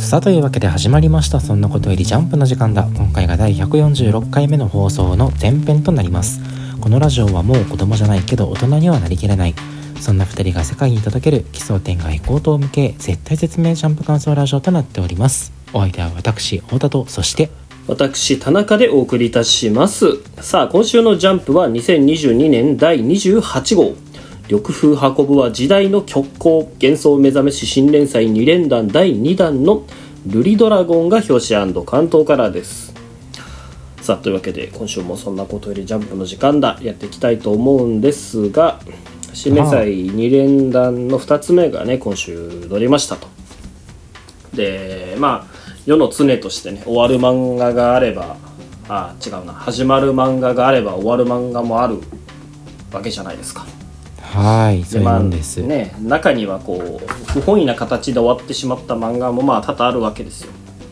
さあというわけで始まりましたそんなことよりジャンプの時間だ。今回が第146回目の放送の前編となります。このラジオはもう子供じゃないけど大人にはなりきれない、そんな2人が世界に届ける奇想天外高等無形絶対絶命ジャンプ感想ラジオとなっております。お相手は私太田と、そして私田中でお送りいたします。さあ今週のジャンプは2022年第28号、緑風運ぶは時代の極光、幻想目覚めし新連載2連弾第2弾のルリドラゴンが表紙&関東カラーです。さあというわけで今週もそんなことよりジャンプの時間だやっていきたいと思うんですが、新連載2連弾の2つ目がね今週撮りましたと。で世の常としてね、終わる漫画があれば始まる漫画があれば終わる漫画もあるわけじゃないですか。 はい、そういうもんです、 中にはこう不本意な形で終わってしまった漫画も多々あるわけですよ。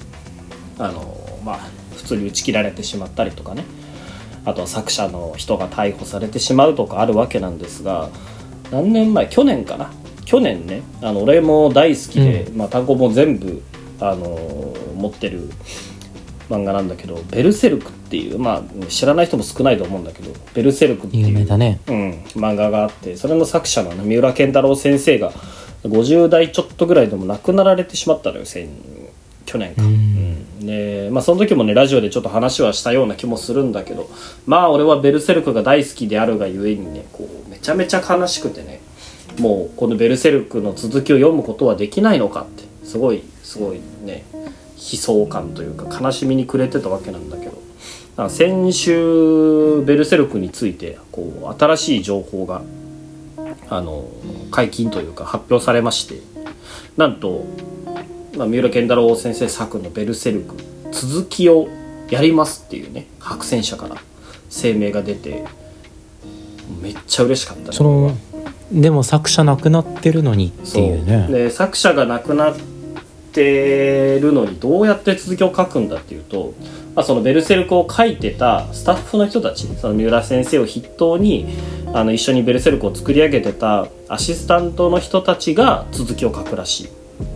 普通に打ち切られてしまったりとかね、あとは作者の人が逮捕されてしまうとかあるわけなんですが、何年前、去年ね、俺も大好きで、単行本全部持ってる漫画なんだけど、ベルセルクっていう、知らない人も少ないと思うんだけど、ベルセルクっていう有名だね、 漫画があって、それの作者の、三浦健太郎先生が50代ちょっとぐらいでも亡くなられてしまったのよ、去年か。でその時もねラジオでちょっと話はしたような気もするんだけど、俺はベルセルクが大好きであるがゆえにね、こうめちゃめちゃ悲しくてね、もうこのベルセルクの続きを読むことはできないのかってすごいね悲壮感というか悲しみに暮れてたわけなんだけど、先週ベルセルクについてこう新しい情報が解禁というか発表されまして、なんと、三浦健太郎先生作のベルセルク続きをやりますっていうね、白戦社から声明が出てめっちゃ嬉しかったね。 でも作者亡くなってるのにっていうね。 で作者が亡くなってるのにどうやって続きを書くんだっていうと、そのベルセルクを書いてたスタッフの人たち、その三浦先生を筆頭に一緒にベルセルクを作り上げてたアシスタントの人たちが続きを書くらしい。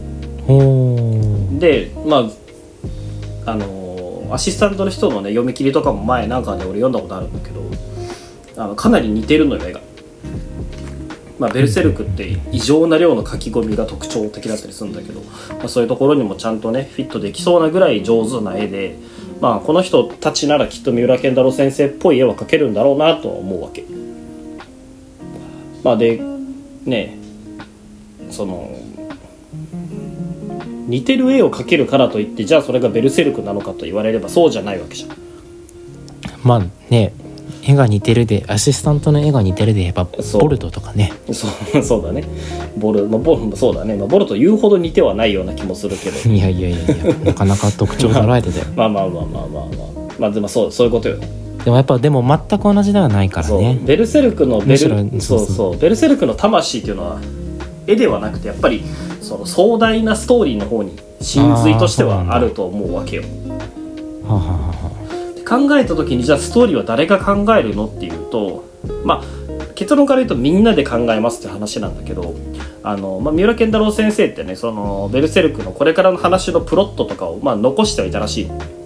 でアシスタントの人のね読み切りとかも前なんかで俺読んだことあるんだけど、かなり似てるのよ絵が。ベルセルクって異常な量の書き込みが特徴的だったりするんだけど、そういうところにもちゃんとねフィットできそうなぐらい上手な絵で、この人たちならきっと三浦健太郎先生っぽい絵は描けるんだろうなと思うわけ。でね、似てる絵を描けるからといってじゃあそれがベルセルクなのかと言われればそうじゃないわけじゃん。 絵が似てるで、アシスタントの絵が似てるで、やっぱボルトとかね。 そうだね、ボルトそうだね、ボルト言うほど似てはないような気もするけどいやなかなか特徴捉えてたよでもそういうことよ。 でも全く同じではないからね。 ベルセルクのベルセルクの魂っていうのは絵ではなくて、やっぱりその壮大なストーリーの方に真髄としてはあると思うわけよ。考えた時にじゃあストーリーは誰が考えるのっていうと、結論から言うとみんなで考えますって話なんだけど、三浦健太郎先生ってね、そのベルセルクのこれからの話のプロットとかを残してはいたらしい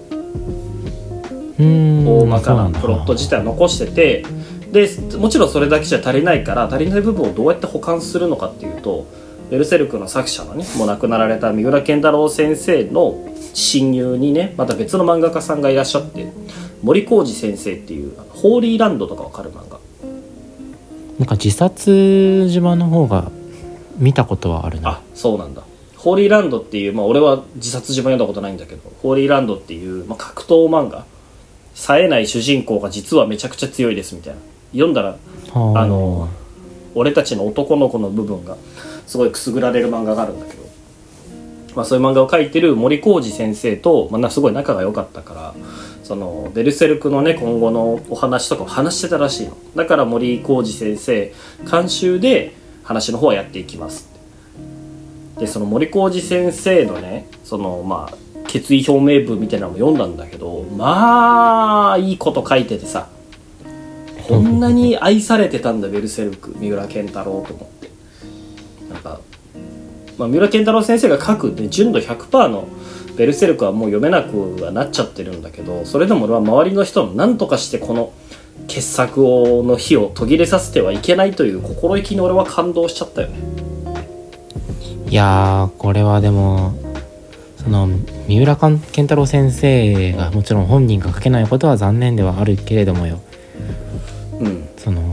の。大まかなプロット自体を残してて、でもちろんそれだけじゃ足りないから、足りない部分をどうやって補完するのかっていうと、ベルセルクの作者のねもう亡くなられた三浦健太郎先生の親友にねまた別の漫画家さんがいらっしゃって、森浩二先生っていうホーリーランドとかわかる漫画、 なんか自殺島の方が見たことはあるな。 そうなんだ。ホーリーランドっていう、俺は自殺島読んだことないんだけど、ホーリーランドっていう、格闘漫画、冴えない主人公が実はめちゃくちゃ強いですみたいな、読んだら俺たちの男の子の部分がすごいくすぐられる漫画があるんだけど、そういう漫画を描いてる森浩二先生と、すごい仲が良かったから、そのベルセルクのね今後のお話とかを話してたらしいの。だから森浩二先生監修で話の方はやっていきますって。でその森浩二先生のね決意表明文みたいなのも読んだんだけど、いいこと書いててさ、こんなに愛されてたんだベルセルク三浦健太郎と思って、 三浦健太郎先生が書くで純度 100% のベルセルクはもう読めなくはなっちゃってるんだけど、それでも俺は周りの人の何とかしてこの傑作の火を途切れさせてはいけないという心意気に俺は感動しちゃったよね。 いやーこれはでもその三浦健太郎先生がもちろん本人が書けないことは残念ではあるけれどもよ、その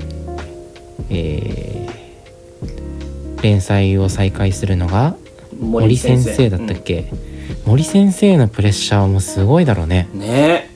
連載を再開するのが森先生だったっけ、森先生のプレッシャーもすごいだろうね。 ね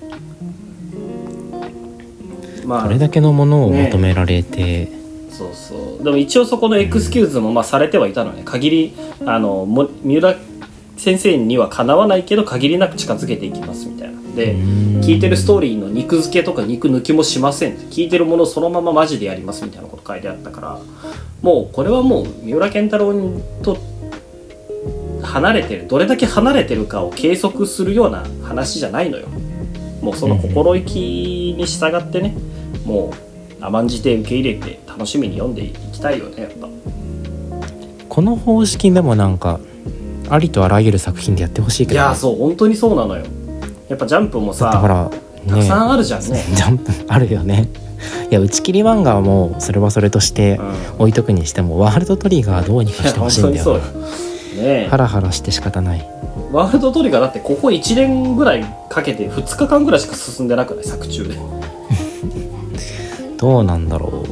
え、 これだけのものを求められて、 そうそう。でも一応そこのエクスキューズもされてはいたのね。限り三浦先生にはかなわないけど限りなく近づけていきますみたいな。で聞いてるストーリーの肉付けとか肉抜きもしません、聞いてるものをそのままマジでやりますみたいなこと書いてあったから、もうこれはもう三浦健太郎と離れてる、どれだけ離れてるかを計測するような話じゃないのよ。もうその心意気に従ってね、もう甘んじて受け入れて楽しみに読んでいきたいよね。やっぱこの方式でもなんかありとあらゆる作品でやってほしいけど、ね、 いやそう本当にそうなのよ。やっぱジャンプもさほら、ね、 たくさんあるじゃんね。 ジャンプあるよね。いや打ち切り漫画はもうそれはそれとして置いとくにしても、ワールドトリガーどうにかしてほしいんだよ。 本当にそうよ、ね、 ハラハラして仕方ない。 ワールドトリガーだってここ1年ぐらいかけて2日間ぐらいしか進んでなくない、作中で。 どうなんだろう、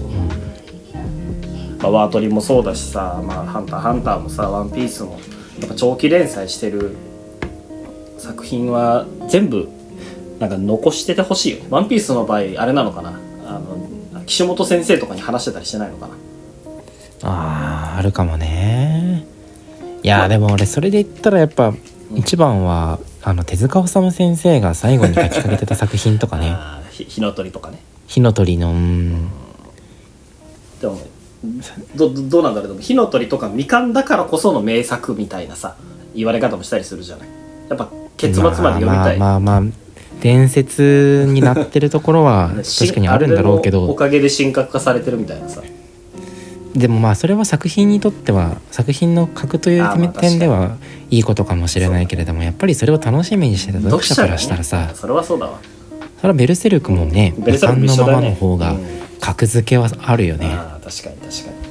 ワートリもそうだしさ、ハンターもさ、ワンピースもやっぱ長期連載してる作品は全部なんか残しててほしいよ。ワンピースの場合あれなのかな、岸本先生とかに話してたりしてないのかな。 あるかもね。いやでも俺それで言ったらやっぱ一番は手塚治虫先生が最後に書きかけてた作品とかね。 火の鳥とかね。 火の鳥のでもどうなんだろう。でも火の鳥とか未完だからこその名作みたいなさ言われ方もしたりするじゃない。やっぱ結末まで読みたい。 まあ伝説になってるところは確かにあるんだろうけどおかげで神格化されてるみたいなさ。 でもそれは作品にとっては作品の格という点ではいいことかもしれないけれども、やっぱりそれを楽しみにしてた読者からしたらさ、 それはそうだわ。 それはベルセルクもね、未完のままの方が格付けはあるよね。 確かに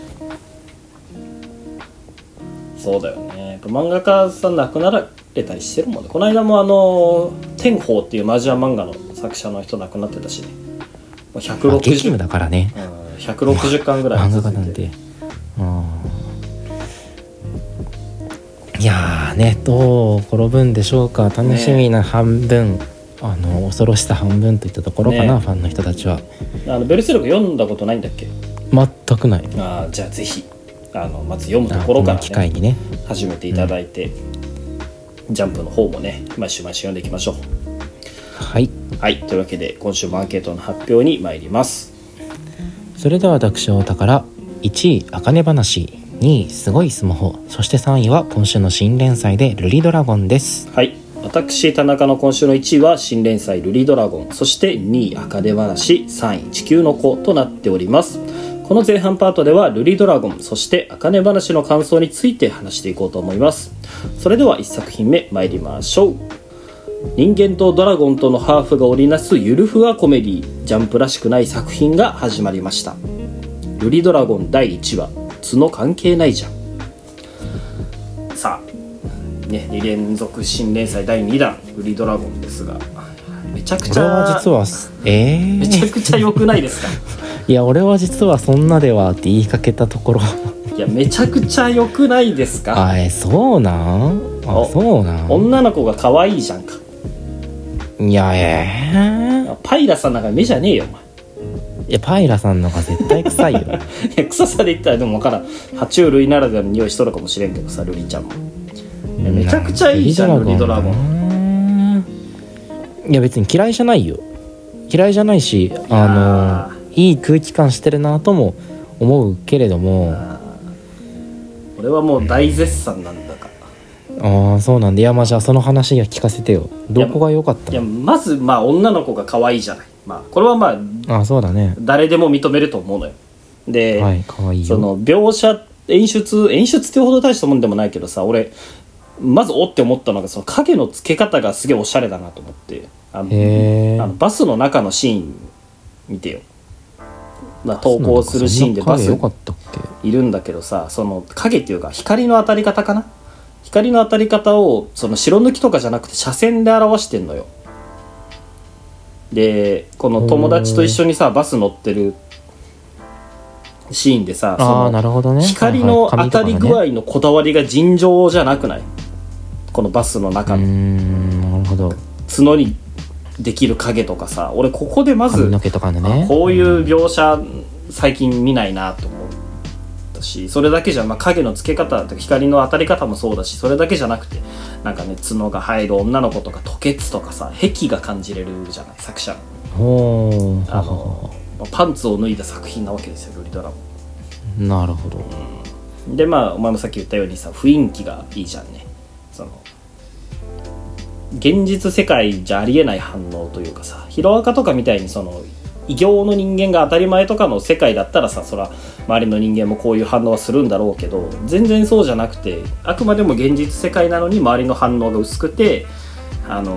そうだよね。やっぱ漫画家さん亡くなられたりしてるもんね。この間も天宝っていうマジア漫画の作者の人亡くなってたしね。160 激務だからね、 160巻ぐらい漫画家なんて。いやーね、どう転ぶんでしょうか。楽しみな半分、恐ろしさ半分といったところかな、ファンの人たちは。 ベルセルク読んだことないんだっけ？ 全くない。 じゃあぜひまず読むところから、 機会にね始めていただいて、ジャンプの方もね毎週読んでいきましょう。はい、というわけで今週もアンケートの発表に参ります。 それでは私太田から1位あかね話、2位すごいスマホ、そして3位は今週の新連載でルリドラゴンです。 はい、私田中の今週の1位は新連載ルリドラゴン、そして2位あかね話、3位地球の子となっております。この前半パートではルリドラゴン、そしてあかね話の感想について話していこうと思います。それでは1作品目参りましょう。人間とドラゴンとのハーフが織りなすゆるふわコメディ、ジャンプらしくない作品が始まりました。ルリドラゴン第1話、角関係ないじゃん。さあね、2連続新連載第2弾ルリドラゴンですが、めちゃくちゃ俺は実はめちゃくちゃ良くないですか？ いや俺は実はそんなではって言いかけたところいやめちゃくちゃ良くないですか？ そうなんそうなん女の子が可愛いじゃんか。 いやパイラさんなんか目じゃねえよお前。 いやパイラさんのが絶対臭いよいや臭さで言ったらでも分からん、爬虫類ならではの匂いしとるかもしれんけどさ、ルリちゃんもめちゃくちゃいいじゃんルリドラゴン。 いや別に嫌いじゃないよ、嫌いじゃないしいい空気感してるなとも思うけれども、 俺はもう大絶賛なんだから。 そうなんで、いやじゃあその話は聞かせてよ。どこが良かったの？ いやまず女の子が可愛いじゃない。これはそうだね、 誰でも認めると思うのよ。で、 可愛いよ。 その描写演出ってほど大したもんでもないけどさ、俺まずおって思ったのがその影のつけ方がすげえおしゃれだなと思って、バスの中のシーン見てよ。投稿するシーンでバスいるんだけどさ、その影っていうか光の当たり方かな、光の当たり方をその白抜きとかじゃなくて斜線で表してんのよ。でこの友達と一緒にさバス乗ってるシーンでさ、その光の当たり具合のこだわりが尋常じゃなくない？このバスの中のなるほど角にできる影とかさ、俺ここでまず、 髪の毛とかのね、 こういう描写最近見ないなと思ったし、それだけじゃ、影のつけ方とか光の当たり方もそうだし、それだけじゃなくてなんかね、角が入る女の子とか吐血とかさ、癖が感じれるじゃない、作者のパンツを脱いだ作品なわけですよ、ルリドラゴン。なるほど、 でお前もさっき言ったようにさ、雰囲気がいいじゃんね。その現実世界じゃありえない反応というかさ、ヒロアカとかみたいにその異形の人間が当たり前とかの世界だったらさ、そら周りの人間もこういう反応はするんだろうけど、全然そうじゃなくて、あくまでも現実世界なのに周りの反応が薄くて、ギャ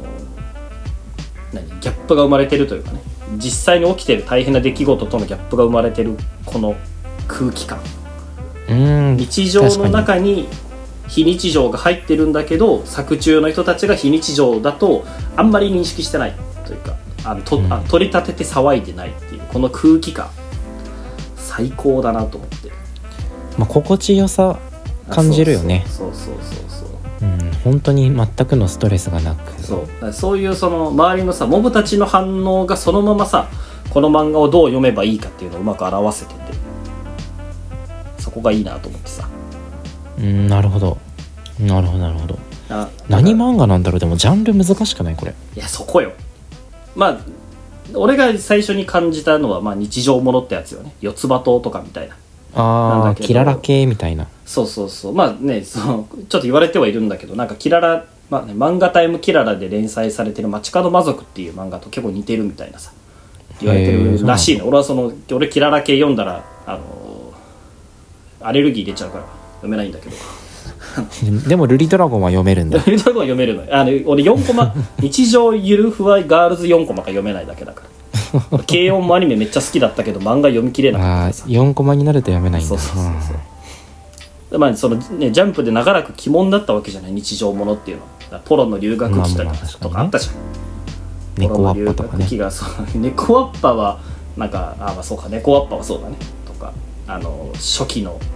ップが生まれてるというかね、実際に起きてる大変な出来事とのギャップが生まれてるこの空気感、日常の中に非日常が入ってるんだけど、作中の人たちが非日常だとあんまり認識してないというか、取り立てて騒いでないっていうこの空気感、最高だなと思って、 心地よさ感じるよね。 そう、 本当に全くのストレスがなく、 そういうその周りのさモブたちの反応がそのままさ、この漫画をどう読めばいいかっていうのをうまく表せてて、そこがいいなと思ってさ。 なるほど。何漫画なんだろう。でもジャンル難しくないこれ？ いやそこよ。俺が最初に感じたのは日常ものってやつよね。四つ葉島とかみたいな。 キララ系みたいな。 そうそのちょっと言われてはいるんだけど、なんかキララ、漫画タイムキララで連載されてる街角魔族っていう漫画と結構似てるみたいなさ言われてるらしいね。俺キララ系読んだらアレルギー出ちゃうから読めないんだけどでもルリドラゴンは読めるんだ。 ルリドラゴンは読めるの。俺4コマ日常ゆるふわいガールズ4コマが読めないだけだから軽音もアニメめっちゃ好きだったけど漫画読み切れなかったさ。 4コマになると読めないんだ。 そのジャンプで長らく鬼門だったわけじゃない、日常ものっていうのは。ポロの留学期とかあったじゃん。 猫ワッパとかね。 猫ワッパはなんかそうか、猫ワッパはそうだねとか、初期の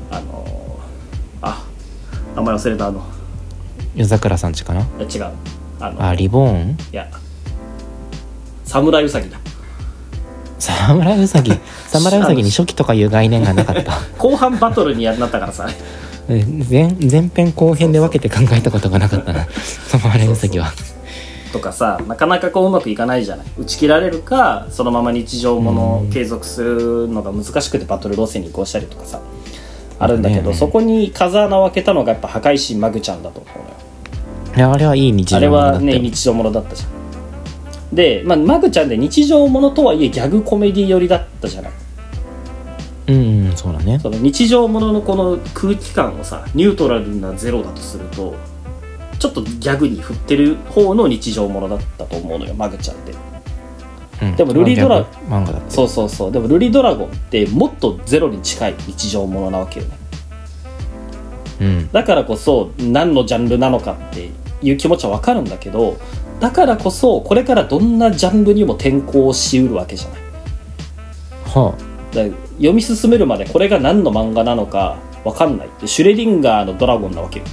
名前忘れた。 夜桜さんちかな。 違う、 リボーン。 いや侍うさぎだ。 侍うさぎに初期とかいう概念がなかった後半バトルになったからさ前編後編で分けて考えたことがなかったな侍うさぎは。 とかさ、なかなかうまくいかないじゃない。打ち切られるかそのまま日常ものを継続するのが難しくてバトル路線に移行したりとかさあるんだけど、そこに風穴を開けたのがやっぱ破壊神マグちゃんだと思うのよ。 いやあれはいい日常ものだったよ。 あれはね日常ものだったじゃん。で、マグちゃんで日常ものとはいえギャグコメディ寄りだったじゃない。 そうだね。 その日常もののこの空気感をさニュートラルなゼロだとするとちょっとギャグに振ってる方の日常ものだったと思うのよ、マグちゃんって。でもルリドラ漫画だって。 そうでもルリドラゴンってもっとゼロに近い日常ものなわけよね。だからこそ何のジャンルなのかっていう気持ちは分かるんだけど、だからこそこれからどんなジャンルにも転向しうるわけじゃない。だから読み進めるまでこれが何の漫画なのか分かんないって。シュレディンガーのドラゴンなわけよ。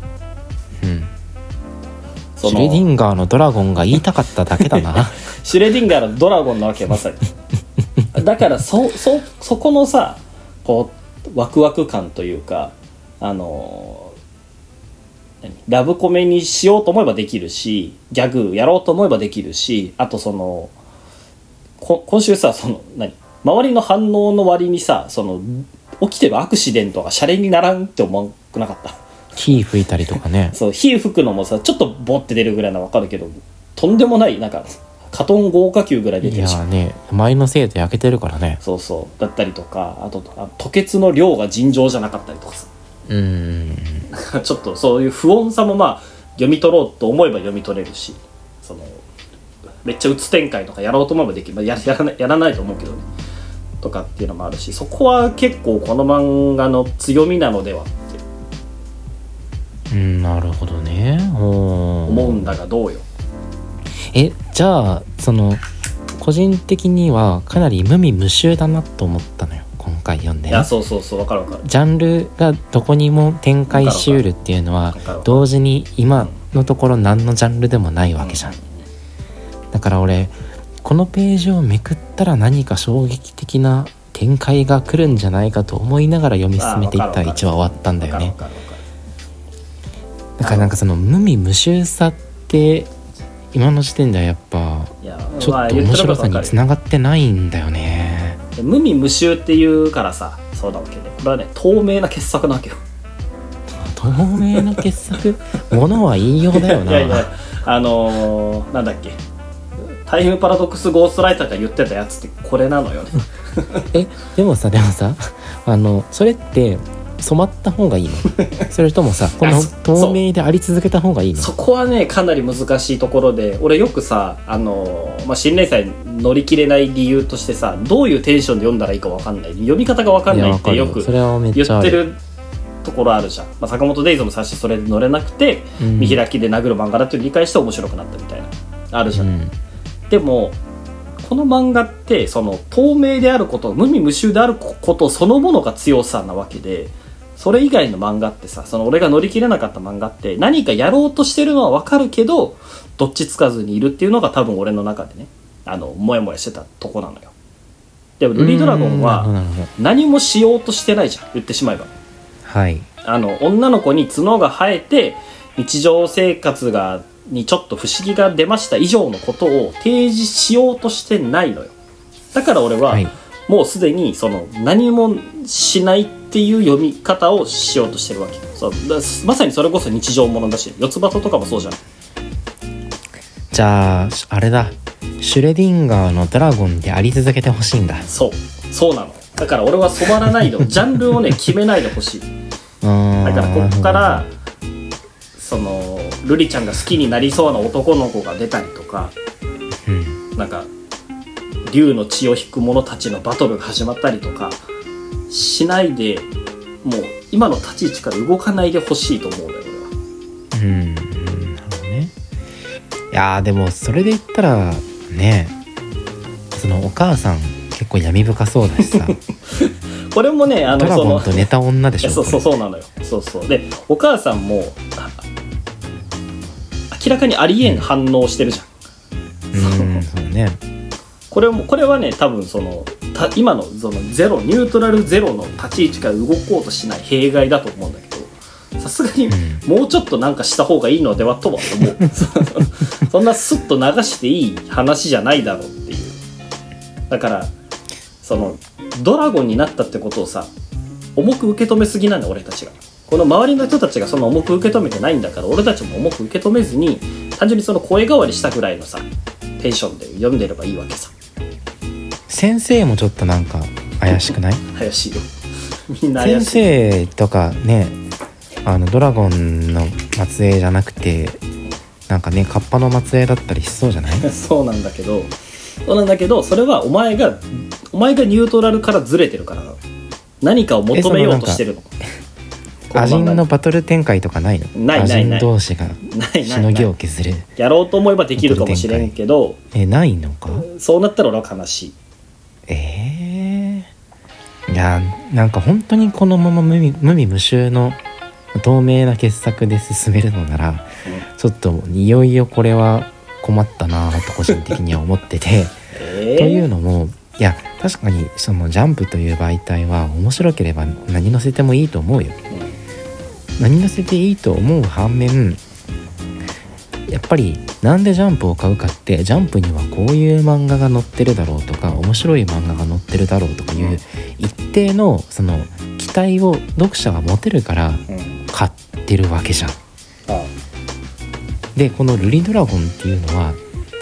シュレディンガーのドラゴンが言いたかっただけだなシュレディンガーのドラゴンなわけよまさにだからそこのさこうワクワク感というかラブコメにしようと思えばできるし、ギャグやろうと思えばできるし、あと今週さ周りの反応の割にさ起きてるアクシデントがシャレにならんって思わなかった？ 火吹いたりとかね。 そう、火吹くのもさちょっとボって出るぐらいなの分かるけど、とんでもないなんかカトン豪華級ぐらい出ているじゃん。 やね、前のせいで焼けてるからね。 そうそうだったりとか、あと吐血の量が尋常じゃなかったりとかさちょっとそういう不穏さもまあ読み取ろうと思えば読み取れるし、そのめっちゃ鬱展開とかやろうと思えばできる、まあ、やらないと思うけどねとかっていうのもあるし、そこは結構この漫画の強みなのではってなるほどね。 思うんだがどうよ。 じゃあその個人的にはかなり無味無臭だなと思ったのよ、今回読んで、ね。 いやそう分かるジャンルがどこにも展開しうるっていうのは同時に今のところ何のジャンルでもないわけじゃん。だから俺このページをめくったら何か衝撃的な展開が来るんじゃないかと思いながら読み進めていったら1話終わったんだよね。だからなんかその無味無臭さって今の時点ではやっぱちょっと面白さにつながってないんだよね。 無味無臭っていうからさ、そうだわけで、これはね透明な傑作なわけよ。 透明な傑作ものは言いようだよな。 いやなんだっけ、タイムパラドックスゴーストライターが言ってたやつってこれなのよね。 でもさそれって染まった方がいいのそれともさこの透明であり続けた方がいいの？ そこはねかなり難しいところで、俺よくさ新連載乗り切れない理由としてさ、どういうテンションで読んだらいいか分かんない、読み方が分かんないってよく言ってるところあるじゃん。坂本デイズも最初それで乗れなくて、見開きで殴る漫画だって理解して面白くなったみたいなあるじゃん。でもこの漫画ってその透明であること、無味無臭であることそのものが強さなわけで、それ以外の漫画ってさ、その俺が乗り切れなかった漫画って何かやろうとしてるのは分かるけどどっちつかずにいるっていうのが多分俺の中でねモヤモヤしてたとこなのよ。でもルリードラゴンは何もしようとしてないじゃん、言ってしまえば。 はい、 女の子に角が生えて日常生活にちょっと不思議が出ました以上のことを提示しようとしてないのよ。だから俺は、もうすでにその何もしないっていう読み方をしようとしてるわけ。そうまさにそれこそ日常ものだし、四つ葉とかもそうじゃん。 じゃああれだ、シュレディンガーのドラゴンであり続けてほしいんだ。 そうなの。だから俺は染まらないのジャンルをね決めないでほしい。だからここからそのルリちゃんが好きになりそうな男の子が出たりとか、なんか竜の血を引く者たちのバトルが始まったりとかしないで、もう今の立ち位置から動かないでほしいと思うんだよ俺は。 なるほどね。いやでもそれで言ったらね、そのお母さん結構闇深そうだしさこれもねドラゴンと寝た女でしょ。 そうなのよ。でお母さんも明らかにありえん反応してるじゃん。 そうね。これはね多分その今のそのニュートラルゼロの立ち位置から動こうとしない弊害だと思うんだけど、さすがにもうちょっとなんかした方がいいのではとは思うそんなスッと流していい話じゃないだろうっていう。だからそのドラゴンになったってことをさ重く受け止めすぎなんだ俺たちが。この周りの人たちがその重く受け止めてないんだから、俺たちも重く受け止めずに単純にその声変わりしたぐらいのさテンションで読んでればいいわけさ。 先生もちょっとなんか怪しくない？ 怪しいよみんな怪しい。 先生とかね、ドラゴンの末裔じゃなくてなんかねカッパの末裔だったりしそうじゃない？ そうなんだけどそれはお前がニュートラルからずれてるからな。何かを求めようとしてるの。 アジンのバトル展開とかないの？ないアジン同士がしのぎを削る。 やろうと思えばできるかもしれんけどないのか。 そうなったら俺は悲しい。 いやなんか本当にこのまま無味無臭の透明な傑作で進めるのなら、ちょっといよいよこれは困ったなと個人的には思っててというのもいや確かにそのジャンプという媒体は面白ければ何載せてもいいと思うよ。何載せていいと思う反面、やっぱりなんでジャンプを買うかって、ジャンプにはこういう漫画が載ってるだろうとか面白い漫画が載ってるだろうとかいう一定のその期待を読者が持てるから買ってるわけじゃん。でこのルリドラゴンっていうのは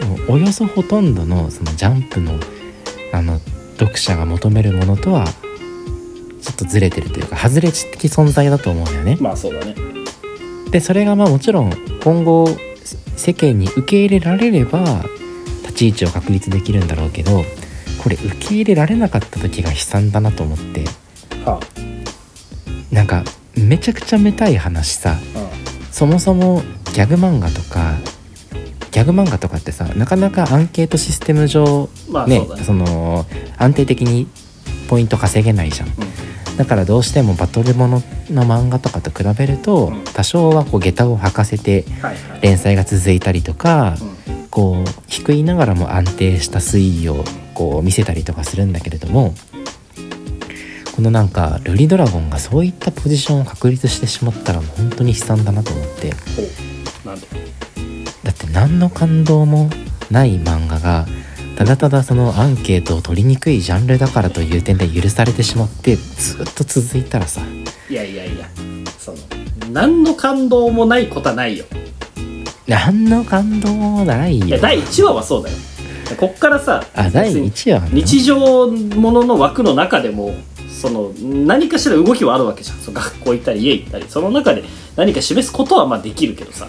およそほとんどのそのジャンプの読者が求めるものとはちょっとずれてるというか外れ的存在だと思うんだよね。 まあそうだね。 でそれがまあもちろん今後世間に受け入れられれば立ち位置を確立できるんだろうけど、これ受け入れられなかった時が悲惨だなと思って、 はなんかめちゃくちゃめたい話さ、そもそもギャグ漫画とかってさ、なかなかアンケートシステム上、 まあね、 そうだね。 その安定的にポイント稼げないじゃん。だからどうしてもバトルものの漫画とかと比べると、多少はこう下駄を履かせて連載が続いたりとか、こう低いながらも安定した推移をこう見せたりとかするんだけれども、このなんかルリドラゴンがそういったポジションを確立してしまったらもう本当に悲惨だなと思って。 なんで？ だって何の感動もない漫画がただただそのアンケートを取りにくいジャンルだからという点で許されてしまってずっと続いたらさ、 いやその何の感動もないことはないよ。 何の感動もないよ。 いや第1話はそうだよ。こっからさ、 第1話日常ものの枠の中でもその何かしら動きはあるわけじゃん。その学校行ったり家行ったり、その中で何か示すことはまあできるけどさ。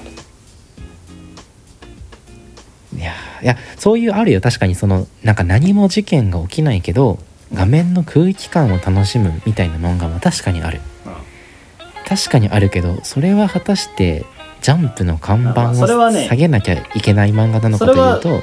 いやそういうあるよ。確かにそのなんか何も事件が起きないけど画面の空気感を楽しむみたいな漫画も確かにある、確かにあるけど、それは果たしてジャンプの看板を下げなきゃいけない漫画なのかというと、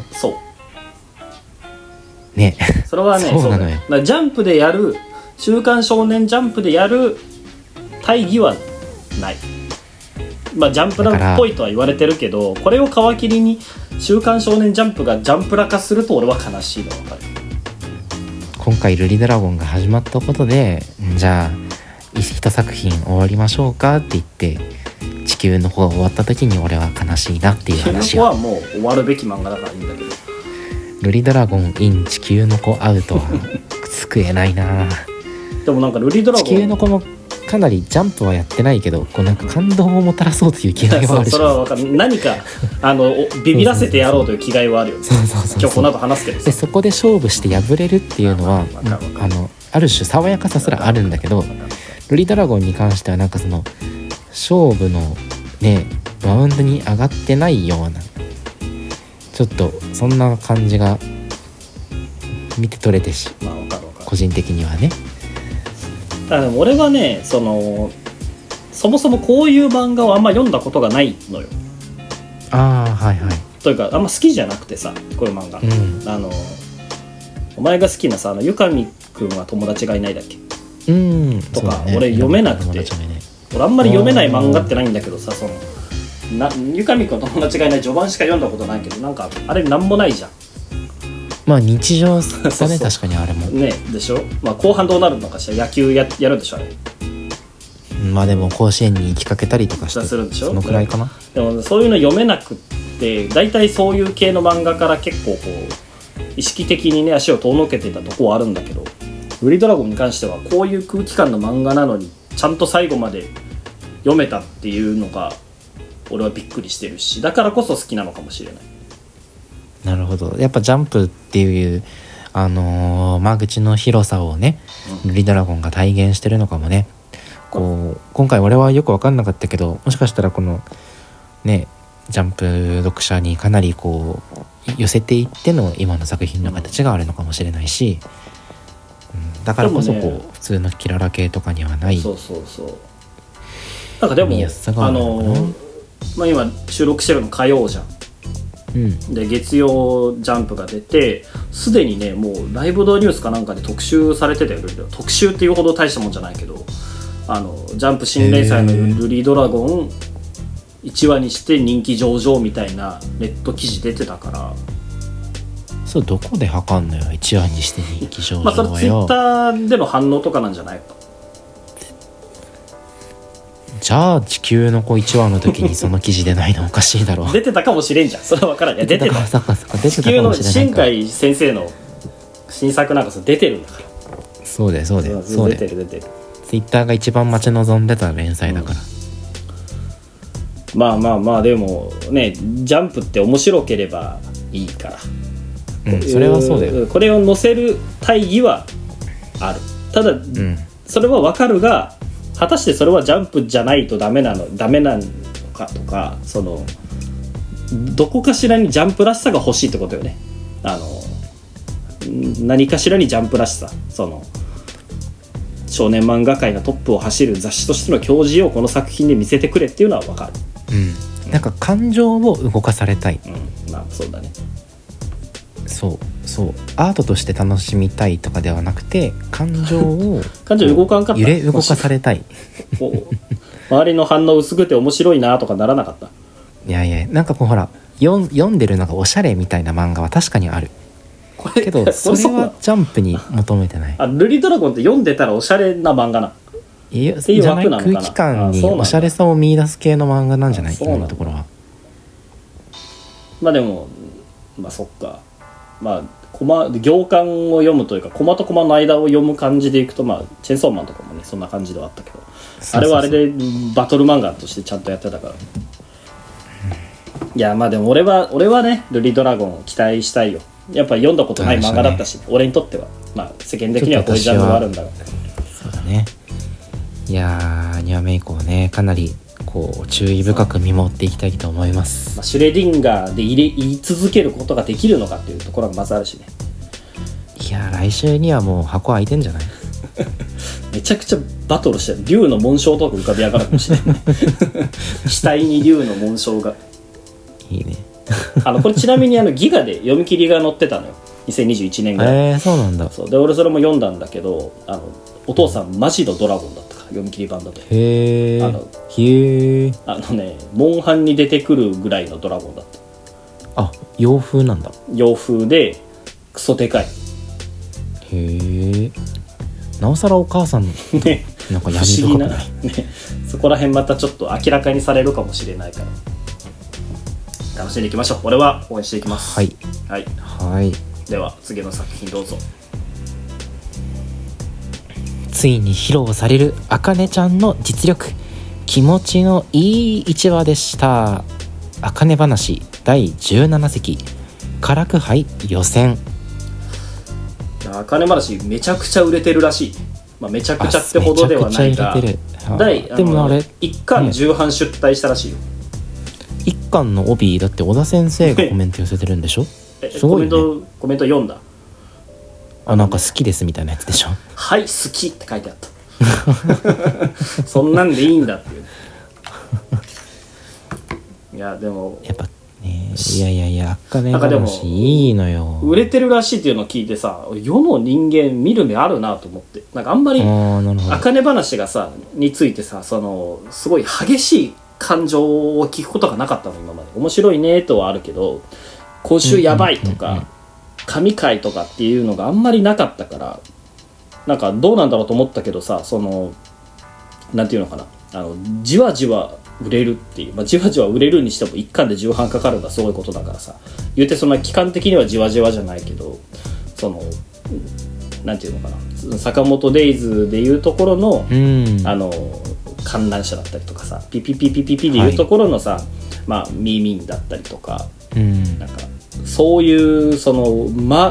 そうね、 それはねそうなのよ。 だからジャンプでやる、週刊少年ジャンプでやる大義はない。まあジャンプラっぽいとは言われてるけど、これを皮切りに週刊少年ジャンプがジャンプラ化すると俺は悲しいの分かる。 今回ルリドラゴンが始まったことで、じゃあ一作品終わりましょうかって言って地球の方が終わった時に俺は悲しいなっていう話はもう終わるべき漫画だからいいんだけど、 ルリドラゴン in 地球の子アウトは救えないな。 でもなんかルリドラゴン地球の子もかなりジャンプはやってないけど、こうなんか感動をもたらそうという気概はあるし、 それは分かる。何かビビらせてやろうという気概はあるよね。今日この後話すけど、 でそこで勝負して敗れるっていうのはある種爽やかさすらあるんだけど、ルリドラゴンに関してはなんかその勝負のねマウンドに上がってないような、ちょっとそんな感じが見て取れてし、 まあ分かる個人的にはね。 でも俺はねそもそもこういう漫画をあんま読んだことがないのよ。 はいはい。 というかあんま好きじゃなくてさ、こういう漫画、お前が好きなさゆかみくんは友達がいないだっけ、とか、ね、俺読めなくて、俺あんまり読めない漫画ってないんだけどさ、ゆかみくんは友達がいない序盤しか読んだことないけど、なんかあれなんもないじゃん。 まあ日常だね確かにあれもねでしょ。まあ後半どうなるのかしら、野球 やるんでしょあれ。 まあでも甲子園に行きかけたりとかしてするんでしょ。 そのくらいかな。 でもそういうの読めなくってだいたいそういう系の漫画から結構こう意識的にね足を遠のけてたとこはあるんだけど、ウリドラゴンに関してはこういう空気感の漫画なのにちゃんと最後まで読めたっていうのが俺はびっくりしてるし、だからこそ好きなのかもしれない。 なるほど。やっぱジャンプっていう間口の広さをね、ルリドラゴンが体現してるのかもね。こう今回俺はよく分かんなかったけど、もしかしたらこのねジャンプ読者にかなりこう寄せていっての今の作品の形があるのかもしれないし、だからこそこう、普通のキララ系とかにはない。 そうなんかでもまあ、今収録してるの火曜じゃん。で月曜ジャンプが出てすでにねもうライブドニュースかなんかで特集されてたよ。特集っていうほど大したもんじゃないけど、ジャンプ新連載のルリドラゴン1話にして人気上々みたいなネット記事出てたから。 そうどこで測んのよ1話にして人気上々はよ。 まあそれツイッターでの反応とかなんじゃないか。 じゃあ地球の子1話の時にその記事出ないのおかしいだろう。 出てたかもしれんじゃん。それは分からん。いや出てた。地球の新海先生の新作なんか出てるんだから。 そうだよ出てる。ツイッターが一番待ち望んでた連載だから、 まあでもねジャンプって面白ければいいから、 それはそうだよ。 これを載せる大義はある。ただ、それは分かるが、果たしてそれはジャンプじゃないとダメなのかとか、そのどこかしらにジャンプらしさが欲しいってことよね。何かしらにジャンプらしさ、その少年漫画界のトップを走る雑誌としての矜持をこの作品で見せてくれっていうのは分かる。 なんか感情を動かされたい。 まあそうだね。 そうアートとして楽しみたいとかではなくて、感情動かんかった。 揺れ動かされたい。 周りの反応薄くて面白いなとかならなかった。 いやなんかこうほら読んでるのがおしゃれみたいな漫画は確かにあるけど、それはジャンプに求めてない。 ルリドラゴンって読んでたらおしゃれな漫画な。 いやじゃない、空気感におしゃれさを見出す系の漫画なんじゃない、今のところは。 まあでもまあそっか、まあ行間を読むというか、コマとコマの間を読む感じでいくと、まあチェンソーマンとかもねそんな感じではあったけど、あれはあれでバトル漫画としてちゃんとやってたから。いやまあでも俺はねルリドラゴンを期待したいよ。やっぱり読んだことない漫画だったし、俺にとってはまあ世間的にはこういうジャンルがあるんだが。 そうだね。いやー2話目以降ね、かなりこう注意深く見守っていきたいと思います。 シュレディンガーで言い続けることができるのかっていうところがまずあるしね。 いや来週にはもう箱開いてんじゃない？ めちゃくちゃバトルしてる。竜の紋章とか浮かび上がるかもしれない死体に竜の紋章がいいね。 これちなみにギガで読み切りが載ってたのよ、2021年ぐらい。 そうなんだ。 そうで俺それも読んだんだけど、お父さんマジのドラゴンだったから、読み切り版だと。 へえ。 モンハンに出てくるぐらいのドラゴンだった。 あ、洋風なんだ。 洋風でクソでかい。 へえ。なおさらお母さんね、 なんか闇深くない？ ね、そこら辺またちょっと明らかにされるかもしれないから楽しんでいきましょう。俺は応援していきます。 はいはいはい。 では次の作品どうぞ。 ついに披露されるあかねちゃんの実力、気持ちのいい1話でした。あかね話第17席唐久杯予選。 あかね話めちゃくちゃ売れてるらしい。まあ、めちゃくちゃってほどではないが、でもあれ1巻重版出題したらしいよ。 1巻の帯だって小田先生がコメント寄せてるんでしょ。すごいね。 コメント読んだ。 なんか好きですみたいなやつでしょ。 はい好きって書いてあったそんなんでいいんだっていういやでもやっぱね、いやあかね話いいのよ。 売れてるらしいっていうのを聞いてさ、世の人間見る目あるなと思って。なんかあんまりあかね話がさについてさ、そのすごい激しい感情を聞くことがなかったの今まで。面白いねとはあるけど、今週やばいとか神回とかっていうのがあんまりなかったから、なんかどうなんだろうと思ったけどさ、そのなんていうのかな、じわじわ売れるっていう、じわじわ売れるにしても1巻で重版かかるのはすごいことだからさ、言うてそんな期間的にはじわじわじゃないけど、そのなんていうのかな、坂本デイズでいうところの、観覧車だったりとかさ、ピピピピピピでいうところのさ、ミーミンだったりとか、なんかそういうその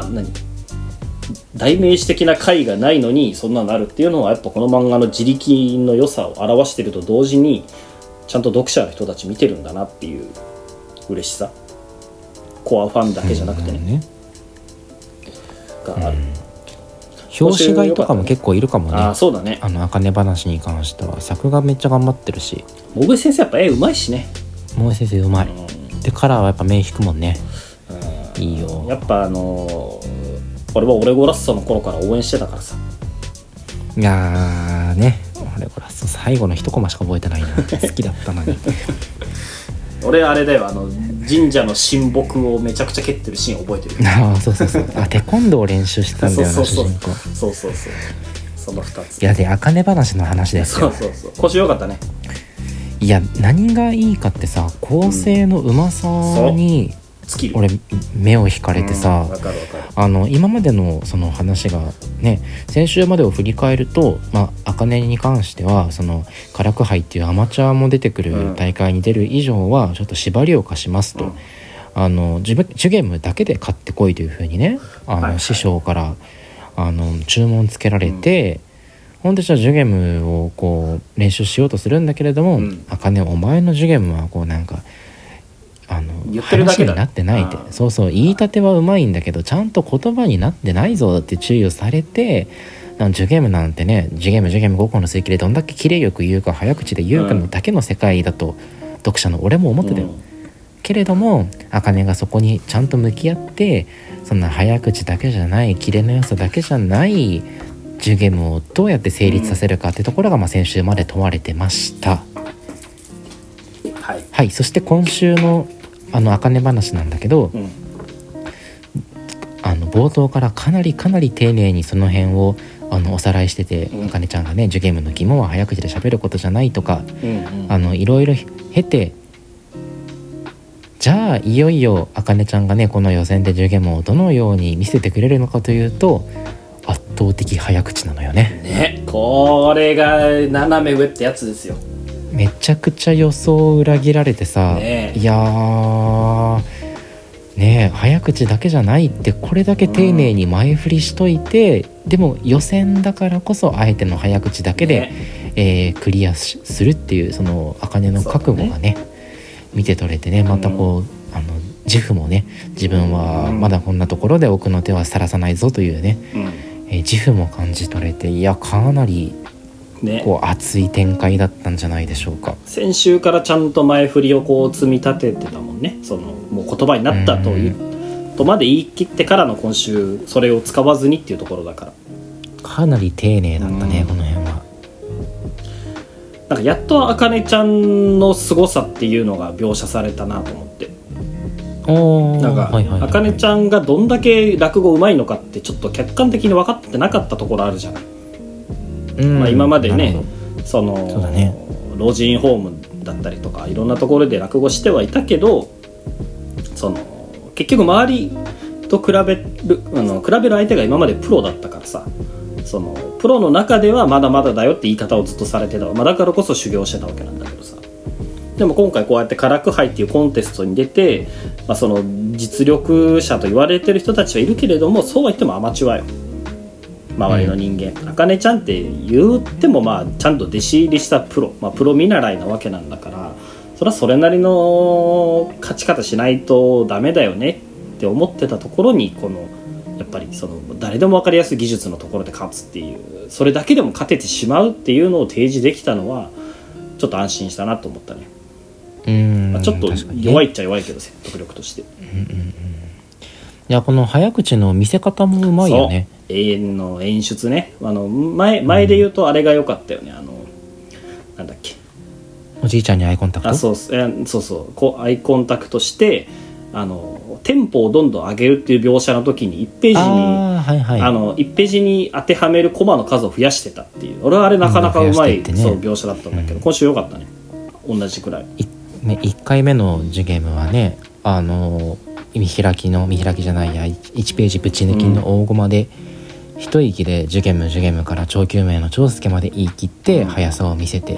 代名詞的な回がないのにそんなのあるっていうのは、やっぱこの漫画の自力の良さを表していると同時に、ちゃんと読者の人たち見てるんだなっていう嬉しさ、コアファンだけじゃなくてね、がある。 表紙買いとかも結構いるかもね。 あ、そうだね。 あかね話に関しては作画めっちゃ頑張ってるし、 大江先生やっぱ絵うまいしね。 大江先生うまい、でカラーはやっぱ目引くもんね。いいよ。 やっぱ俺はオレゴラッソの頃から応援してたからさ。 いやーね、オレゴラッソ最後の一コマしか覚えてないな好きだったのに俺あれだよ、神社の神木をめちゃくちゃ蹴ってるシーン覚えてるそうテコンドーを練習してたんだよな、主人公。 そうその2つ。 いやであかね話の話ですよ。 そう腰よかったね。 いや何がいいかってさ、構成のうまさに、俺目を引かれてさ、今までのその話がね、先週までを振り返ると、あかねに関してはその唐久杯っていうアマチュアも出てくる大会に出る以上はちょっと縛りを課しますと、 ジュゲムだけで買ってこいというふうにね師匠から注文つけられて、ほんでじゃあジュゲムをこう練習しようとするんだけれども、あかねお前のジュゲムはこうなんか言ってるだけだ話になってないって、そうそう言いたてはうまいんだけどちゃんと言葉になってないぞって注意をされて、ジュゲムなんてねジュゲム5個の水記でどんだけキレよく言うか早口で言うかのだけの世界だと、読者の俺も思ってたよ、けれども茜がそこにちゃんと向き合って、そんな早口だけじゃないキレの良さだけじゃないジュゲムをどうやって成立させるかってところが、先週まで問われてました。はい、そして今週の茜話なんだけど、冒頭からかなり丁寧にその辺をおさらいしてて、茜ちゃんがねジュゲムの肝は早口で喋ることじゃないとか、いろいろ経て、じゃあいよいよ茜ちゃんがねこの予選でジュゲムをどのように見せてくれるのかというと、圧倒的早口なのよね。 これが斜め上ってやつですよ。 めちゃくちゃ予想を裏切られてさ、いやーねえ早口だけじゃないってこれだけ丁寧に前振りしといて、でも予選だからこそあえての早口だけで、クリアするっていうその茜の覚悟がね見て取れてね、またこう自負もね自分はまだこんなところで奥の手はさらさないぞというね、自負も感じ取れて、いやかなりこう熱い展開だったんじゃないでしょうか。 先週からちゃんと前振りをこう積み立ててたもんね。もう言葉になったというとまで言い切ってからの今週それを使わずにっていうところだから、 かなり丁寧だったね、この辺は。 なんかやっと茜ちゃんの凄さっていうのが描写されたなと思って、なんか茜ちゃんがどんだけ落語うまいのかってちょっと客観的に分かってなかったところあるじゃない。今までね老人ホームだったりとかいろんなところで落語してはいたけど、結局周りと比べる相手が今までプロだったからさ、プロの中ではまだまだだよって言い方をずっとされてた、だからこそ修行してたわけなんだけどさ、でも今回こうやって唐句杯っていうコンテストに出て、その実力者と言われてる人たちはいるけれども、そうは言ってもアマチュアよ周りの人間。茜ちゃんって言ってもちゃんと弟子入りしたプロ、プロ見習いなわけなんだから、それはそれなりの勝ち方しないとダメだよねって思ってたところに、やっぱり誰でも分かりやすい技術のところで勝つっていう、それだけでも勝ててしまうっていうのを提示できたのはちょっと安心したなと思ったね。ちょっと弱いっちゃ弱いけど説得力として、いやこの早口の見せ方もうまいよね。 永遠の演出ね。前で言うとあれが良かったよね。なんだっけ、 おじいちゃんにアイコンタクト。 そうこうアイコンタクトしてテンポをどんどん上げるっていう描写の時に1ページに、1ページに当てはめるコマの数を増やしてたっていう、俺はあれなかなかうまい、描写だったんだけど、今週良かったね。同じくらい 1回目のジュゲムはね見開きじゃないや1ページぶち抜きの大駒で、一息でジュゲムから長久名の長介まで言い切って速さを見せて、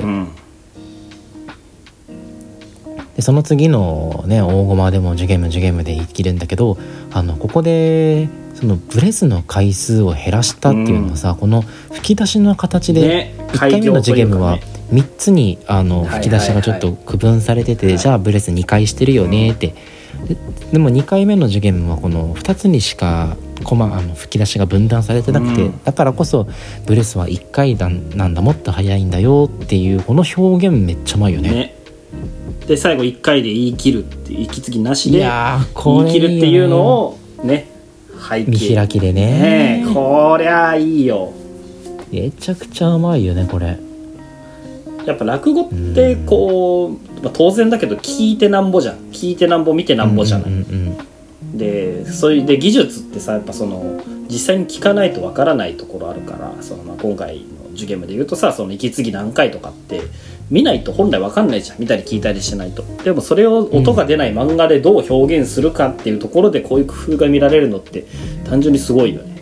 でその次のね大駒でもジュゲムで言い切るんだけど、ここでそのブレスの回数を減らしたっていうのはさ、この吹き出しの形で1回目のジュゲムは3つに吹き出しがちょっと区分されてて、じゃあブレス2回してるよねって、でも2回目のジュゲムはこの2つにしか吹き出しが分断されてなくて、だからこそブレスは1回なんだもっと早いんだよっていうこの表現めっちゃうまいよね。 で最後1回で言い切るって息継ぎなしで言い切るっていうのをね、背景見開きでね、 こりゃいいよ。 めちゃくちゃうまいよねこれ。 やっぱ落語ってこう、当然だけど聞いてなんぼじゃん、聞いてなんぼ見てなんぼじゃない、でそれで技術ってさやっぱ実際に聞かないとわからないところあるから、今回のジュゲムで言うとさ、息継ぎ何回とかって見ないと本来わかんないじゃん、見たり聞いたりしないと。でもそれを音が出ない漫画でどう表現するかっていうところでこういう工夫が見られるのって単純にすごいよね。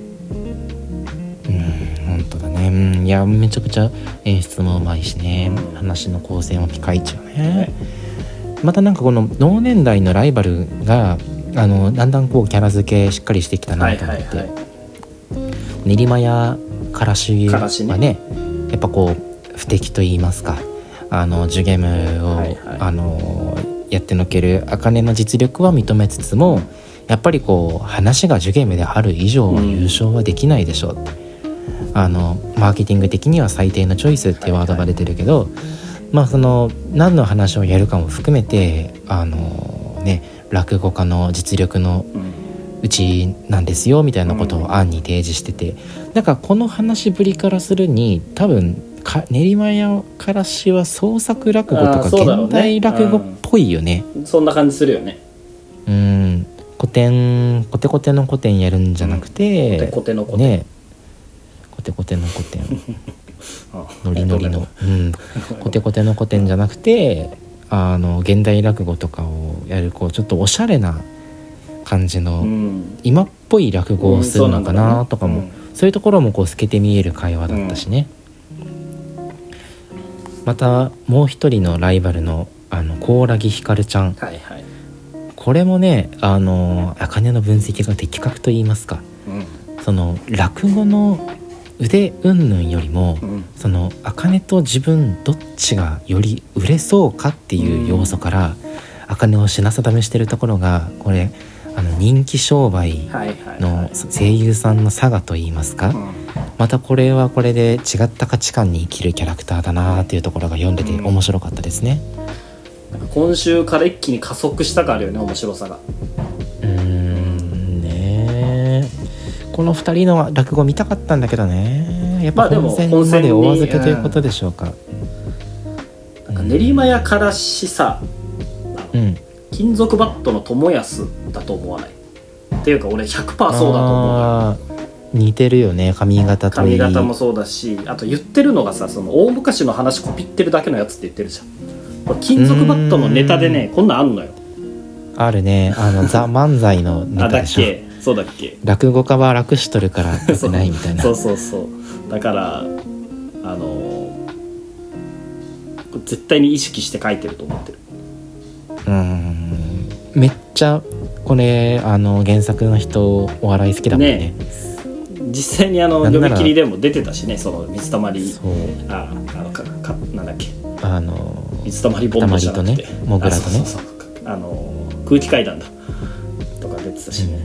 本当だね。いやめちゃくちゃ演出もうまいしね、話の構成もピカイチよね。 またなんかこの同年代のライバルがだんだんこうキャラ付けしっかりしてきたなと思って、練馬やからしはねやっぱこう不敵と言いますかジュゲームを、やってのける茜の実力は認めつつもやっぱりこう話がジュゲームである以上は優勝はできないでしょうって、マーケティング的には最低のチョイスっていうワードが出てるけど、まあその何の話をやるかも含めて落語家の実力のうちなんですよみたいなことを案に提示してて、だからこの話ぶりからするに多分練馬やからしは創作落語とか現代落語っぽいよね。 そんな感じするよね。 コテコテの古典やるんじゃなくて、 コテコテの古典ね、コテコテの古典ノリノリの、コテコテの古典じゃなくて現代落語とかをやるこうちょっとおしゃれな感じの、今っぽい落語をするのかなとかも、そういうところもこう透けて見える会話だったしね、またもう一人のライバルの高良木ひかるちゃん、これもね茜の分析が的確と言いますか、その落語の腕云々よりも、その茜と自分どっちがより売れそうかっていう要素から茜を品定めしてるところがこれ人気商売の声優さんの差がと言いますか、またこれはこれで違った価値観に生きるキャラクターだなっていうところが読んでて面白かったですね。 今週から一気に加速したからあるよね、面白さが。 ね、この2人の落語見たかったんだけどね、やっぱ本戦までお預けということでしょうか。 なんか練馬やからしさ、金属バットの友安だと思わない？っていうか俺 100% そうだと思う。 似てるよね、髪型といい。 髪型もそうだし、あと言ってるのがさ、その大昔の話コピってるだけのやつって言ってるじゃん。これ金属バットのネタでね、こんなんあんのよ。 あるね、ザ・漫才のネタでしょ。 だっけ、そうだっけ。 落語家は楽しとるからやってないみたいな。 そうだから絶対に意識して書いてると思ってる。 めっちゃこれ原作の人お笑い好きだもんね。 実際に読み切りでも出てたしね、その水たまり、なんだっけ、水たまりボンドじゃなくてモグラとね、 空気階段だとか出てたしね。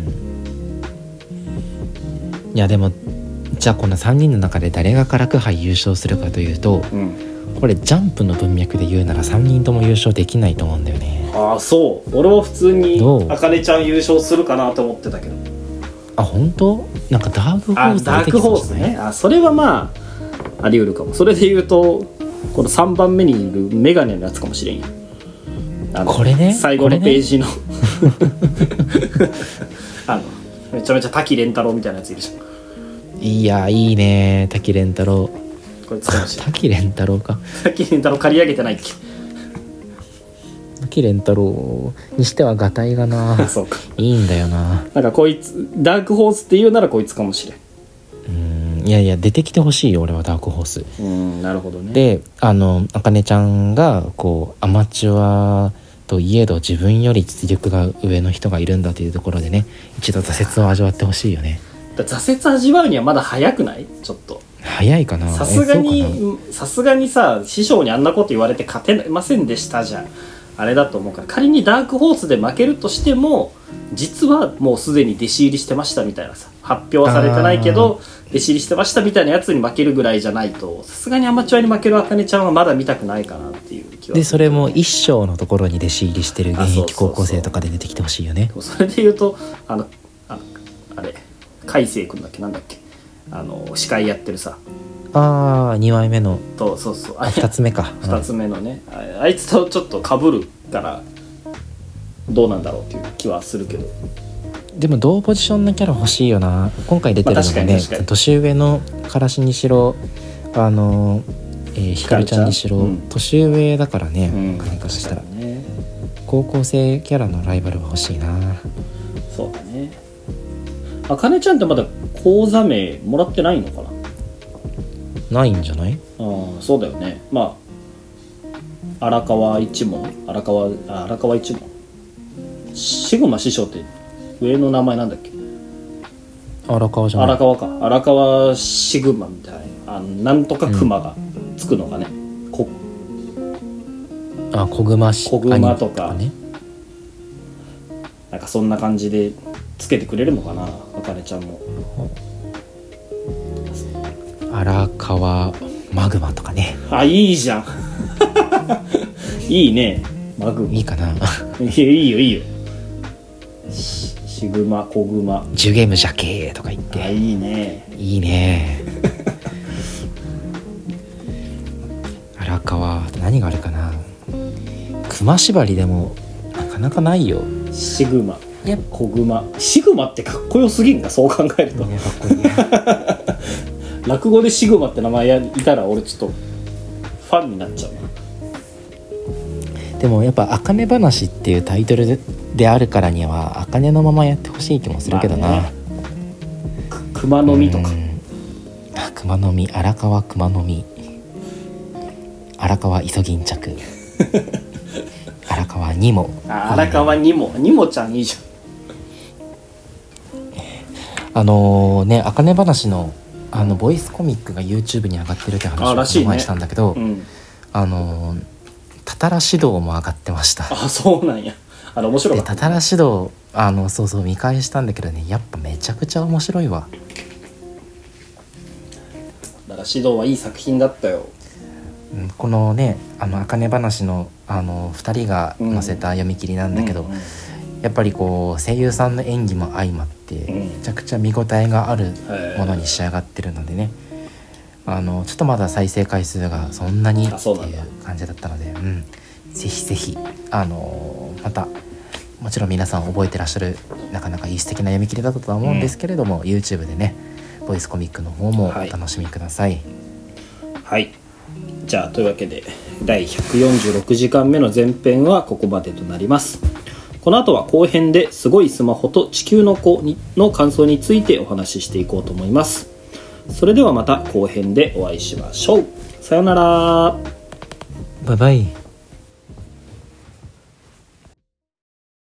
いやでもじゃあこの3人の中で誰が唐久杯優勝するかというと、これジャンプの文脈で言うなら3人とも優勝できないと思うんだよね。 ああ、そう俺も普通に茜ちゃん優勝するかなと思ってたけど。 あ、本当？なんかダークホースダークホースね。それはまああり得るかも。それで言うとこの3番目にいるメガネのやつかもしれんよ。 これね、 最後のページの、めちゃめちゃ滝蓮太郎みたいなやついるじゃん。 いや、いいね、滝蓮太郎。 こいつかもしれん。 滝蓮太郎か。 滝蓮太郎借り上げてないっけ。 滝蓮太郎にしてはガタイがなそうか、 いいんだよな。 なんかこいつダークホースって言うならこいつかもしれん。 いや出てきてほしいよ俺はダークホース。 なるほどね。 で茜ちゃんがこうアマチュアといえど自分より実力が上の人がいるんだというところでね、一度挫折を味わってほしいよね。 挫折味わうにはまだ早くない？ちょっと早いかな。 さすがにさ、師匠にあんなこと言われて勝てませんでしたじゃん、あれだと思うから。仮にダークホースで負けるとしても実はもうすでに弟子入りしてましたみたいなさ、発表はされてないけど弟子入りしてましたみたいなやつに負けるぐらいじゃないと、さすがにアマチュアに負ける茜ちゃんはまだ見たくないかなっていう気は。 でそれも一章のところに弟子入りしてる現役高校生とかで出てきてほしいよね。 それで言うとあれ海星君だっけ、なんだっけ、司会やってるさ、 2枚目のと 2つ目か、 2つ目のね、あいつとちょっと被るからどうなんだろうっていう気はするけど。 でも同ポジションのキャラ欲しいよな。今回出てるのがね、年上のからしにしろひかるちゃんにしろ、年上だからね、何かしたら、高校生キャラのライバルは欲しいな。 そうだね。茜ちゃんってまだ講座名もらってないのかな。 ないんじゃない？ そうだよね。まあ荒川一門荒川一門シグマ師匠って上の名前なんだっけ。 荒川じゃない。 荒川シグマみたいななんとかクマがつくのかね、 小熊とかね、なんかそんな感じでつけてくれるのかな、あかねちゃんも。 荒川マグマとかね。 いいじゃんいいね、マグマいいかな。 いいよシグマ小熊ジュゲムジャケとか言って。 いいねいいね荒川何があるかな。熊縛りでもなかなかないよ。 シグマ小熊シグマってかっこよすぎんか、そう考えると。 かっこいい落語でシグマって名前いたら俺ちょっとファンになっちゃうな。 でもやっぱ茜話っていうタイトルであるからには茜のままやってほしい気もするけどな、 熊の実とか。 熊の実、荒川熊の実、荒川イソギンチャク荒川にも荒川にもちゃんいいじゃん。茜話のボイスコミックが YouTube に上がってるって話をこの前したんだけど、たたら指導も上がってました。 そうなんや。面白かった。 たたら指導そう見返したんだけどね、やっぱめちゃくちゃ面白いわ。 だから指導はいい作品だったよ。 このね茜話の2人が載せた読み切りなんだけど、やっぱりこう声優さんの演技も相まってめちゃくちゃ見応えがあるものに仕上がってるのでね、ちょっとまだ再生回数がそんなにっていう感じだったので、ぜひぜひまたもちろん皆さん覚えてらっしゃるなかなかいい素敵な読み切りだったとは思うんですけれども、YouTube でねボイスコミックの方もお楽しみください。 はい、じゃあというわけで第146時間目の前編はここまでとなります。この後は後編ですごいスマホと地球の子の感想についてお話ししていこうと思います。それではまた後編でお会いしましょう。さようなら。 バイバイ。